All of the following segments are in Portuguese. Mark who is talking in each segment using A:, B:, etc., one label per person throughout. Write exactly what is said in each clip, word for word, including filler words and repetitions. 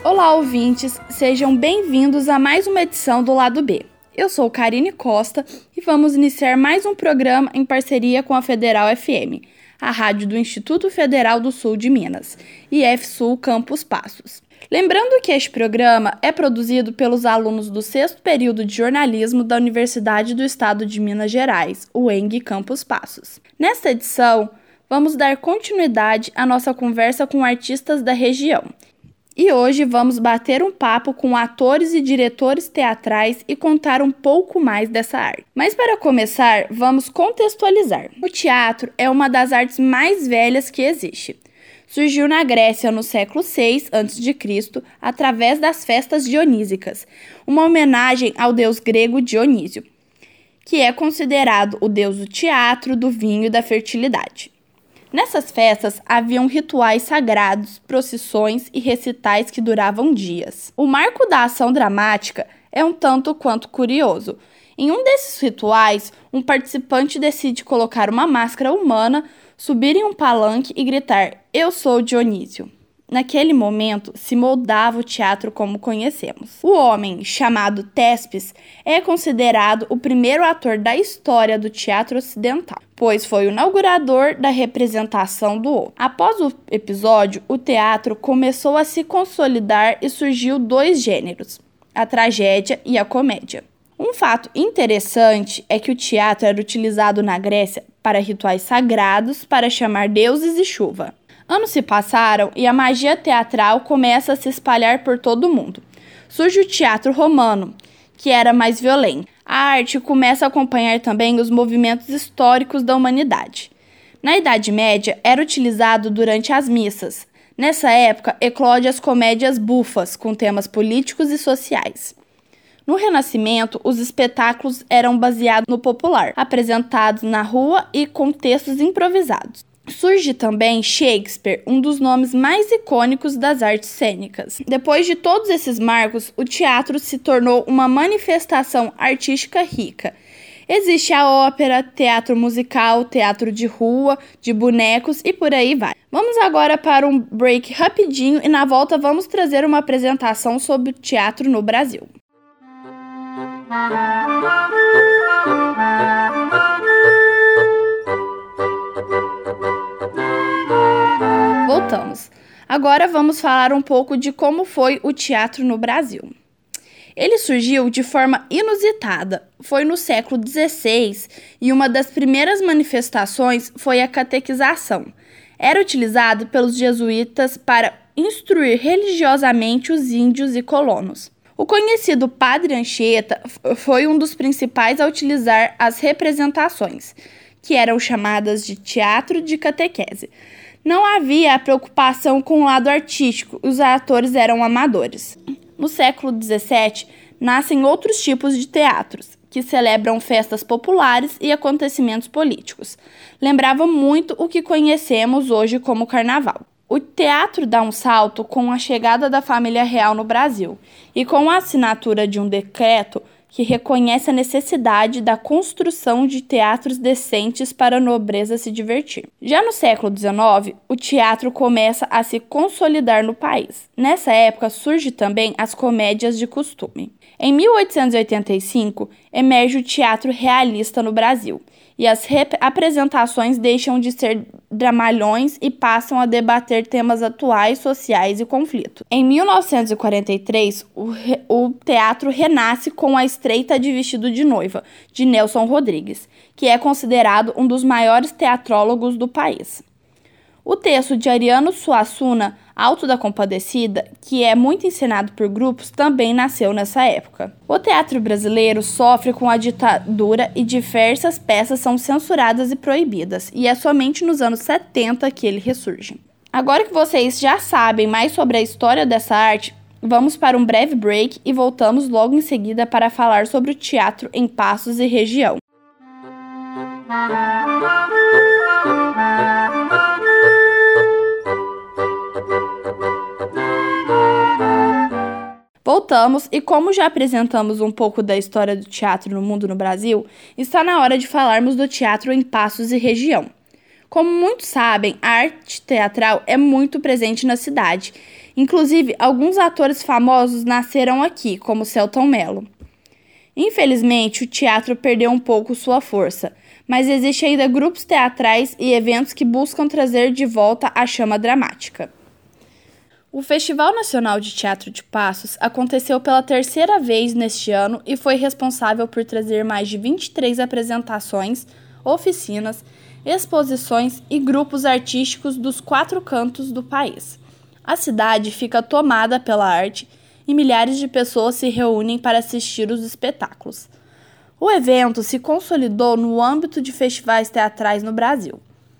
A: Olá, ouvintes! Sejam bem-vindos a mais uma edição do Lado B. Eu sou Karine Costa e vamos iniciar mais um programa em parceria com a Federal F M, a rádio do Instituto Federal do Sul de Minas, I F Sul Campus Passos. Lembrando que este programa é produzido pelos alunos do sexto período de jornalismo da Universidade do Estado de Minas Gerais, U E N G Campus Passos. Nesta edição, vamos dar continuidade à nossa conversa com artistas da região. E hoje vamos bater um papo com atores e diretores teatrais e contar um pouco mais dessa arte. Mas para começar, vamos contextualizar. O teatro é uma das artes mais velhas que existe. Surgiu na Grécia no século seis antes de Cristo, através das festas dionísicas, uma homenagem ao deus grego Dionísio, que é considerado o deus do teatro, do vinho e da fertilidade. Nessas festas, haviam rituais sagrados, procissões e recitais que duravam dias. O marco da ação dramática é um tanto quanto curioso. Em um desses rituais, um participante decide colocar uma máscara humana, subir em um palanque e gritar: "Eu sou Dionísio". Naquele momento, se moldava o teatro como conhecemos. O homem, chamado Téspis, é considerado o primeiro ator da história do teatro ocidental, pois foi o inaugurador da representação do outro. Após o episódio, o teatro começou a se consolidar e surgiu dois gêneros, a tragédia e a comédia. Um fato interessante é que o teatro era utilizado na Grécia para rituais sagrados para chamar deuses e chuva. Anos se passaram e a magia teatral começa a se espalhar por todo o mundo. Surge o teatro romano, que era mais violento. A arte começa a acompanhar também os movimentos históricos da humanidade. Na Idade Média, era utilizado durante as missas. Nessa época, eclode as comédias bufas, com temas políticos e sociais. No Renascimento, os espetáculos eram baseados no popular, apresentados na rua e com textos improvisados. Surge também Shakespeare, um dos nomes mais icônicos das artes cênicas. Depois de todos esses marcos, o teatro se tornou uma manifestação artística rica. Existe a ópera, teatro musical, teatro de rua, de bonecos e por aí vai. Vamos agora para um break rapidinho e na volta vamos trazer uma apresentação sobre o teatro no Brasil. Voltamos. Agora vamos falar um pouco de como foi o teatro no Brasil. Ele surgiu de forma inusitada. Foi no século dezesseis e uma das primeiras manifestações foi a catequização. Era utilizado pelos jesuítas para instruir religiosamente os índios e colonos. O conhecido Padre Anchieta foi um dos principais a utilizar as representações, que eram chamadas de teatro de catequese. Não havia a preocupação com o lado artístico, os atores eram amadores. No século dezessete, nascem outros tipos de teatros, que celebram festas populares e acontecimentos políticos. Lembrava muito o que conhecemos hoje como carnaval. O teatro dá um salto com a chegada da família real no Brasil e com a assinatura de um decreto que reconhece a necessidade da construção de teatros decentes para a nobreza se divertir. Já no século dezenove, o teatro começa a se consolidar no país. Nessa época, surgem também as comédias de costume. Em mil oitocentos e oitenta e cinco, emerge o teatro realista no Brasil, e as apresentações deixam de ser dramalhões e passam a debater temas atuais, sociais e conflitos. Em mil novecentos e quarenta e três, o, re- o teatro renasce com A Estreita de Vestido de Noiva, de Nelson Rodrigues, que é considerado um dos maiores teatrólogos do país. O texto de Ariano Suassuna, Alto da Compadecida, que é muito encenado por grupos, também nasceu nessa época. O teatro brasileiro sofre com a ditadura e diversas peças são censuradas e proibidas, e é somente nos anos setenta que ele ressurge. Agora que vocês já sabem mais sobre a história dessa arte, vamos para um breve break e voltamos logo em seguida para falar sobre o teatro em Passos e região. Voltamos e, como já apresentamos um pouco da história do teatro no mundo no Brasil, está na hora de falarmos do teatro em Passos e região. Como muitos sabem, a arte teatral é muito presente na cidade Inclusive, alguns atores famosos nasceram aqui, como Selton Mello. Infelizmente, o teatro perdeu um pouco sua força, mas existem ainda grupos teatrais e eventos que buscam trazer de volta a chama dramática. O Festival Nacional de Teatro de Passos aconteceu pela terceira vez neste ano e foi responsável por trazer mais de vinte e três apresentações, oficinas, exposições e grupos artísticos dos quatro cantos do país. A cidade fica tomada pela arte e milhares de pessoas se reúnem para assistir os espetáculos. O evento se consolidou no âmbito de festivais teatrais no Brasil.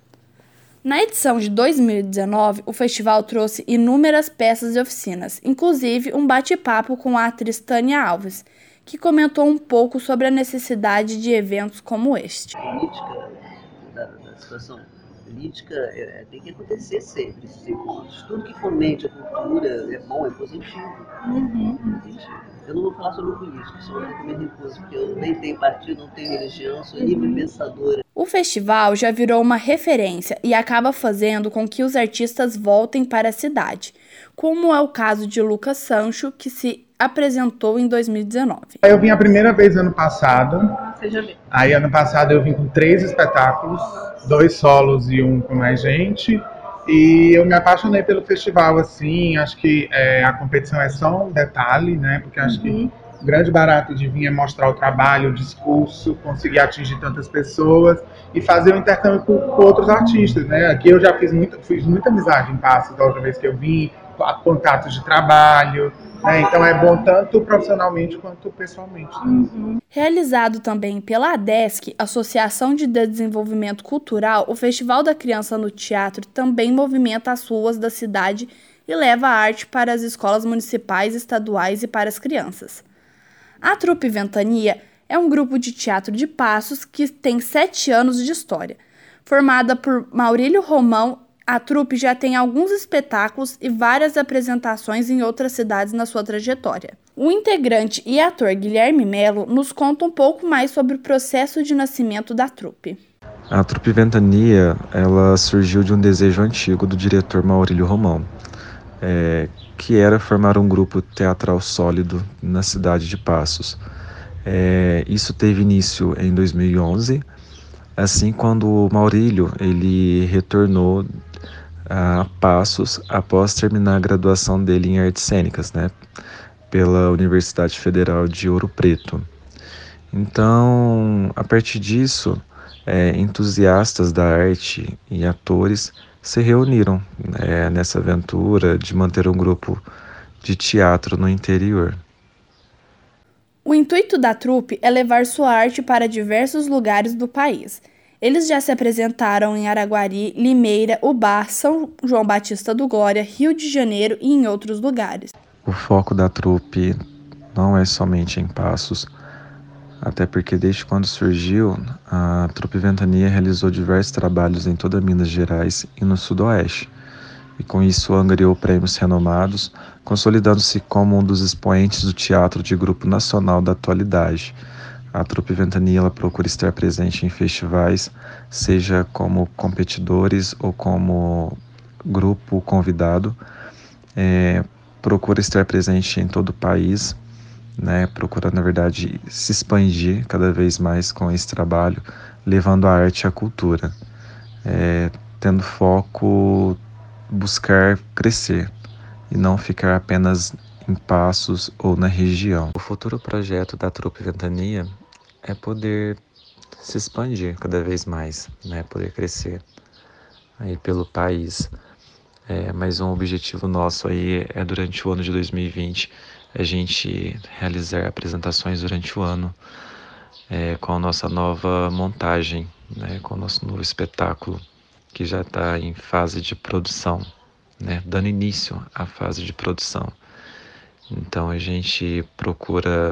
A: Na edição de dois mil e dezenove, o festival trouxe inúmeras peças e oficinas, inclusive um bate-papo com a atriz Tânia Alves, que comentou um pouco sobre a necessidade de eventos como este.
B: A política, da, da situação política é, tem que acontecer sempre. Tudo que fomente a cultura é bom, é positivo.
A: Uhum.
B: É positivo. Eu não vou falar sobre política, só eu me recuso, porque eu nem tenho partido, não tenho religião, sou livre pensadora.
A: O festival já virou uma referência e acaba fazendo com que os artistas voltem para a cidade, como é o caso de Lucas Sancho, que se apresentou em dois mil e dezenove.
C: Eu vim a primeira vez ano passado.
A: Seja bem.
C: Aí ano passado eu vim com três espetáculos, dois solos e um com mais gente. E eu me apaixonei pelo festival, assim, acho que é, a competição é só um detalhe, né? Porque acho uhum. que o grande barato de vir é mostrar o trabalho, o discurso, conseguir atingir tantas pessoas e fazer o intercâmbio com, com outros artistas, né? Aqui eu já fiz, muito, fiz muita amizade em Passos da outra vez que eu vim, contatos de trabalho, né? Então é bom tanto profissionalmente quanto pessoalmente.
A: Uhum. Realizado também pela ADESC, Associação de Desenvolvimento Cultural, o Festival da Criança no Teatro também movimenta as ruas da cidade e leva a arte para as escolas municipais, estaduais e para as crianças. A Trupe Ventania é um grupo de teatro de Passos que tem sete anos de história. Formada por Maurílio Romão, a trupe já tem alguns espetáculos e várias apresentações em outras cidades na sua trajetória. O integrante e ator Guilherme Mello nos conta um pouco mais sobre o processo de nascimento da trupe.
D: A Trupe Ventania, ela surgiu de um desejo antigo do diretor Maurílio Romão, é, que era formar um grupo teatral sólido na cidade de Passos. É, isso teve início em dois mil e onze, assim quando o Maurílio ele retornou a Passos após terminar a graduação dele em artes cênicas, né, pela Universidade Federal de Ouro Preto. Então, a partir disso, é, entusiastas da arte e atores se reuniram é, nessa aventura de manter um grupo de teatro no interior.
A: O intuito da trupe é levar sua arte para diversos lugares do país. Eles já se apresentaram em Araguari, Limeira, Ubá, São João Batista do Glória, Rio de Janeiro e em outros lugares.
D: O foco da trupe não é somente em Passos, até porque desde quando surgiu, a Trupe Ventania realizou diversos trabalhos em toda Minas Gerais e no Sudoeste, e com isso angariou prêmios renomados, consolidando-se como um dos expoentes do teatro de grupo nacional da atualidade. A Trupe Ventania ela procura estar presente em festivais, seja como competidores ou como grupo convidado, é, procura estar presente em todo o país, né, procura, na verdade, se expandir cada vez mais com esse trabalho, levando a arte e a cultura, é, tendo foco buscar crescer e não ficar apenas em Passos ou na região. O futuro projeto da Trupe Ventania é poder se expandir cada vez mais, né, poder crescer aí pelo país. É, mas um objetivo nosso aí é durante o ano de dois mil e vinte a gente realizar apresentações durante o ano é, com a nossa nova montagem, né, com o nosso novo espetáculo que já está em fase de produção, né, dando início à fase de produção. Então a gente procura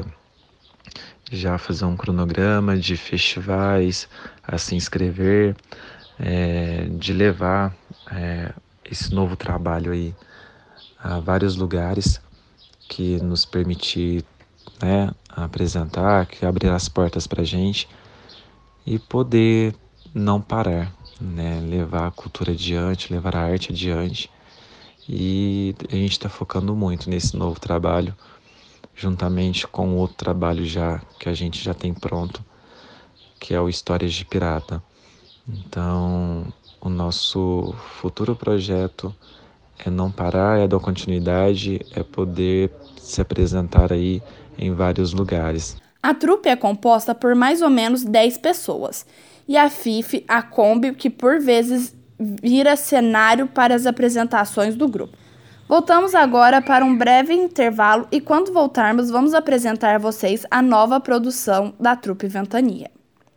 D: já fazer um cronograma de festivais a se inscrever, é, de levar é, esse novo trabalho aí a vários lugares que nos permitir, né, apresentar, que abrir as portas para a gente e poder não parar, né, levar a cultura adiante, levar a arte adiante e a gente está focando muito nesse novo trabalho, juntamente com outro trabalho já que a gente já tem pronto, que é o Histórias de Pirata. Então, o nosso futuro projeto é não parar, é dar continuidade, é poder se apresentar aí em vários lugares.
A: A trupe é composta por mais ou menos dez pessoas, e a F I F, a Kombi, que por vezes vira cenário para as apresentações do grupo. Voltamos agora para um breve intervalo e quando voltarmos vamos apresentar a vocês a nova produção da trupe Ventania.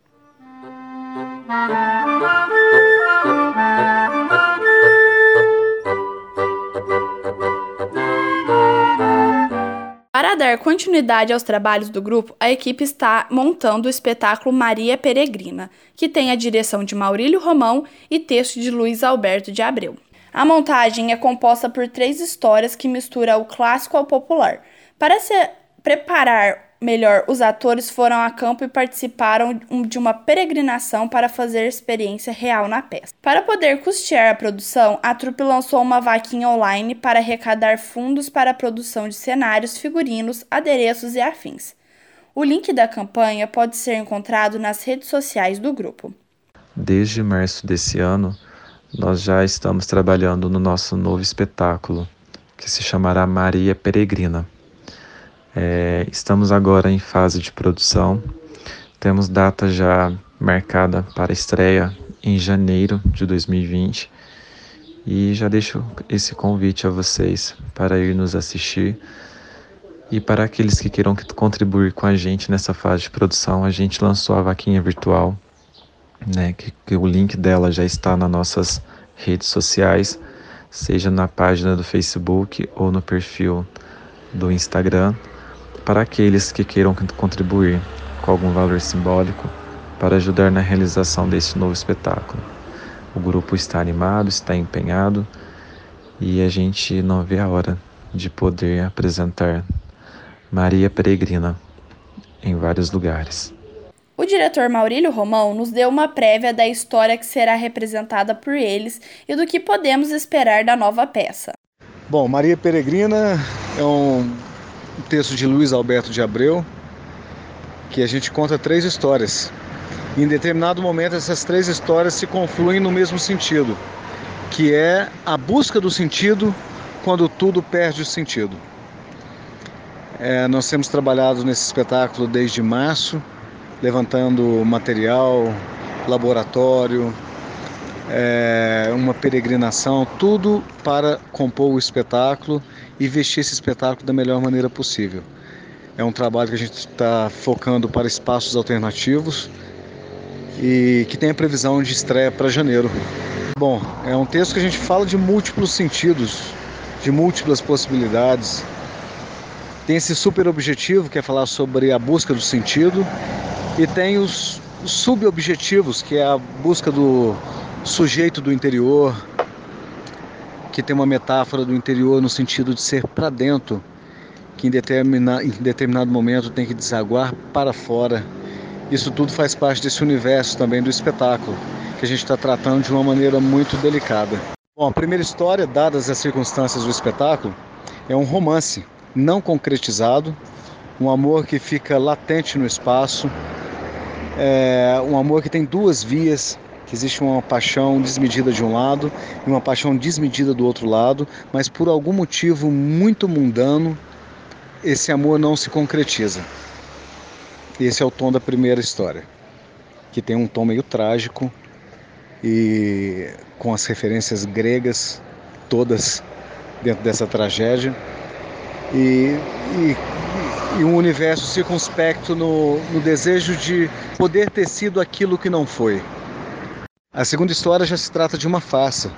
A: Para dar continuidade aos trabalhos do grupo, a equipe está montando o espetáculo Maria Peregrina, que tem a direção de Maurílio Romão e texto de Luiz Alberto de Abreu. A montagem é composta por três histórias que misturam o clássico ao popular. Para se preparar melhor, os atores foram a campo e participaram de uma peregrinação para fazer experiência real na peça. Para poder custear a produção, a trupe lançou uma vaquinha online para arrecadar fundos para a produção de cenários, figurinos, adereços e afins. O link da campanha pode ser encontrado nas redes sociais do grupo.
D: Desde março desse ano, nós já estamos trabalhando no nosso novo espetáculo, que se chamará Maria Peregrina. É, estamos agora em fase de produção, temos data já marcada para estreia em janeiro de dois mil e vinte e já deixo esse convite a vocês para ir nos assistir e para aqueles que queiram contribuir com a gente nessa fase de produção, a gente lançou a vaquinha virtual, né, que, que o link dela já está nas nossas redes sociais, seja na página do Facebook ou no perfil do Instagram, para aqueles que queiram contribuir com algum valor simbólico para ajudar na realização desse novo espetáculo. O grupo está animado, está empenhado e a gente não vê a hora de poder apresentar Maria Peregrina em vários lugares.
A: O diretor Maurílio Romão nos deu uma prévia da história que será representada por eles e do que podemos esperar da nova peça.
E: Bom, Maria Peregrina é um texto de Luiz Alberto de Abreu, que a gente conta três histórias. E em determinado momento essas três histórias se confluem no mesmo sentido, que é a busca do sentido quando tudo perde o sentido. É, nós temos trabalhado nesse espetáculo desde março, levantando material, laboratório, é, uma peregrinação, tudo para compor o espetáculo e vestir esse espetáculo da melhor maneira possível. É um trabalho que a gente está focando para espaços alternativos e que tem a previsão de estreia para janeiro. Bom, é um texto que a gente fala de múltiplos sentidos, de múltiplas possibilidades. Tem esse super objetivo que é falar sobre a busca do sentido e tem os subobjetivos, que é a busca do sujeito do interior, que tem uma metáfora do interior no sentido de ser para dentro, que em, determina, em determinado momento tem que desaguar para fora. Isso tudo faz parte desse universo também do espetáculo, que a gente está tratando de uma maneira muito delicada. Bom, a primeira história, dadas as circunstâncias do espetáculo, é um romance não concretizado, um amor que fica latente no espaço, é um amor que tem duas vias, que existe uma paixão desmedida de um lado e uma paixão desmedida do outro lado, mas por algum motivo muito mundano, esse amor não se concretiza. Esse é o tom da primeira história, que tem um tom meio trágico e com as referências gregas todas dentro dessa tragédia e, e, e um universo circunspecto no, no desejo de poder ter sido aquilo que não foi. A segunda história já se trata de uma farsa.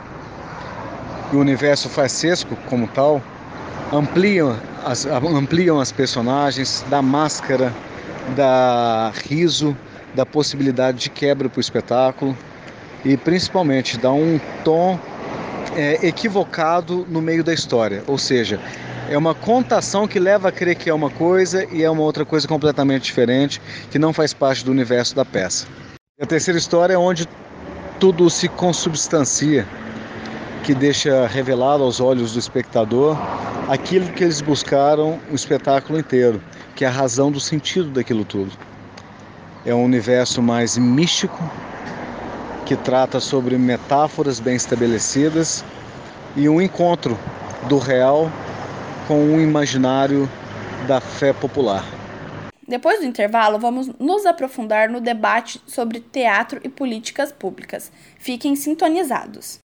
E: E o universo farsesco, como tal, ampliam as, ampliam as personagens, dá máscara, dá riso, dá possibilidade de quebra para o espetáculo e principalmente dá um tom é, equivocado no meio da história. Ou seja, é uma contação que leva a crer que é uma coisa e é uma outra coisa completamente diferente, que não faz parte do universo da peça. A terceira história é onde tudo se consubstancia que deixa revelado aos olhos do espectador aquilo que eles buscaram o espetáculo inteiro, que é a razão do sentido daquilo tudo. É um universo mais místico, que trata sobre metáforas bem estabelecidas e um encontro do real com o imaginário da fé popular.
A: Depois do intervalo, vamos nos aprofundar no debate sobre teatro e políticas públicas. Fiquem sintonizados.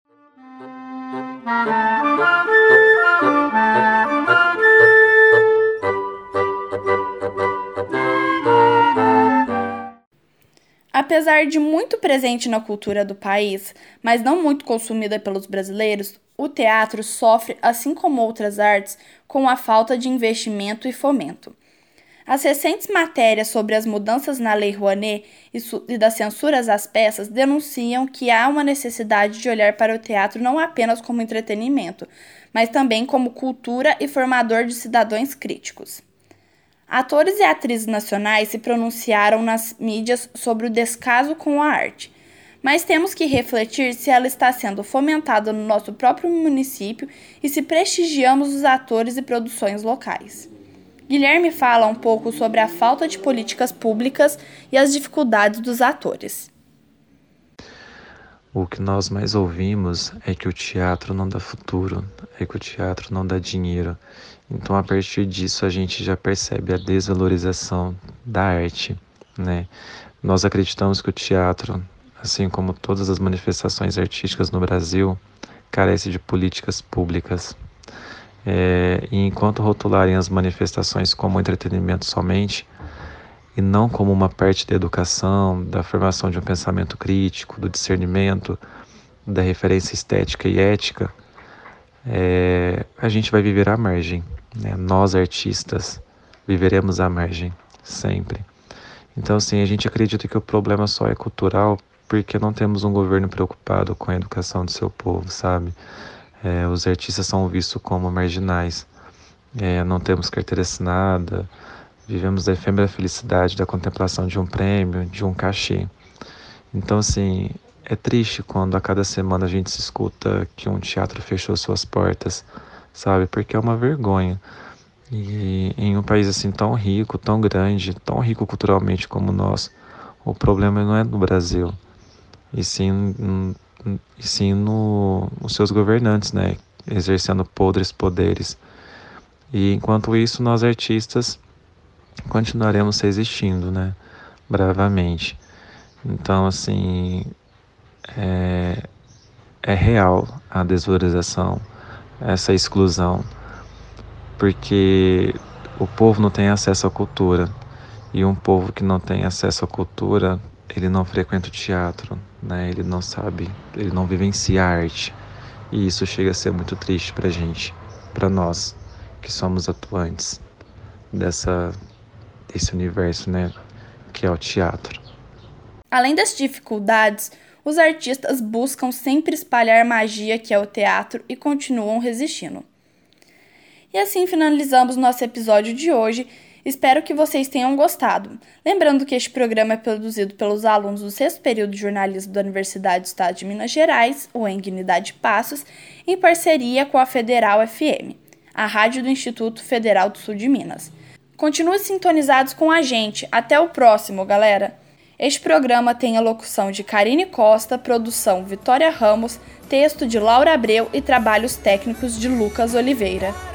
A: Apesar de muito presente na cultura do país, mas não muito consumida pelos brasileiros, o teatro sofre, assim como outras artes, com a falta de investimento e fomento. As recentes matérias sobre as mudanças na Lei Rouanet e das censuras às peças denunciam que há uma necessidade de olhar para o teatro não apenas como entretenimento, mas também como cultura e formador de cidadãos críticos. Atores e atrizes nacionais se pronunciaram nas mídias sobre o descaso com a arte, mas temos que refletir se ela está sendo fomentada no nosso próprio município e se prestigiamos os atores e produções locais. Guilherme fala um pouco sobre a falta de políticas públicas e as dificuldades dos atores.
D: O que nós mais ouvimos é que o teatro não dá futuro, é que o teatro não dá dinheiro. Então, a partir disso, a gente já percebe a desvalorização da arte, né? Nós acreditamos que o teatro, assim como todas as manifestações artísticas no Brasil, carece de políticas públicas. É, e enquanto rotularem as manifestações como entretenimento somente, e não como uma parte da educação, da formação de um pensamento crítico, do discernimento, da referência estética e ética, é, a gente vai viver à margem, né? Nós, artistas, viveremos à margem, sempre. Então, assim, a gente acredita que o problema só é cultural porque não temos um governo preocupado com a educação do seu povo, sabe? É, os artistas são vistos como marginais, é, não temos carteira assinada, vivemos a efêmera felicidade da contemplação de um prêmio, de um cachê. Então, assim, é triste quando a cada semana a gente se escuta que um teatro fechou suas portas, sabe? Porque é uma vergonha. E em um país assim tão rico, tão grande, tão rico culturalmente como o nosso, o problema não é no Brasil, e sim... e sim no, nos seus governantes, né, exercendo podres poderes. E enquanto isso, nós artistas continuaremos resistindo, né, bravamente. Então, assim, é, é real a desvalorização, essa exclusão, porque o povo não tem acesso à cultura, e um povo que não tem acesso à cultura, ele não frequenta o teatro, né? Ele não sabe, ele não vivencia a arte. E isso chega a ser muito triste pra gente, pra nós, que somos atuantes dessa, desse universo, né? Que é o teatro.
A: Além das dificuldades, os artistas buscam sempre espalhar a magia que é o teatro e continuam resistindo. E assim finalizamos nosso episódio de hoje. Espero que vocês tenham gostado. Lembrando que este programa é produzido pelos alunos do sexto período de jornalismo da Universidade do Estado de Minas Gerais, o ENG Unidade Passos, em parceria com a Federal F M, a rádio do Instituto Federal do Sul de Minas. Continuem sintonizados com a gente. Até o próximo, galera! Este programa tem a locução de Karine Costa, produção Vitória Ramos, texto de Laura Abreu e trabalhos técnicos de Lucas Oliveira.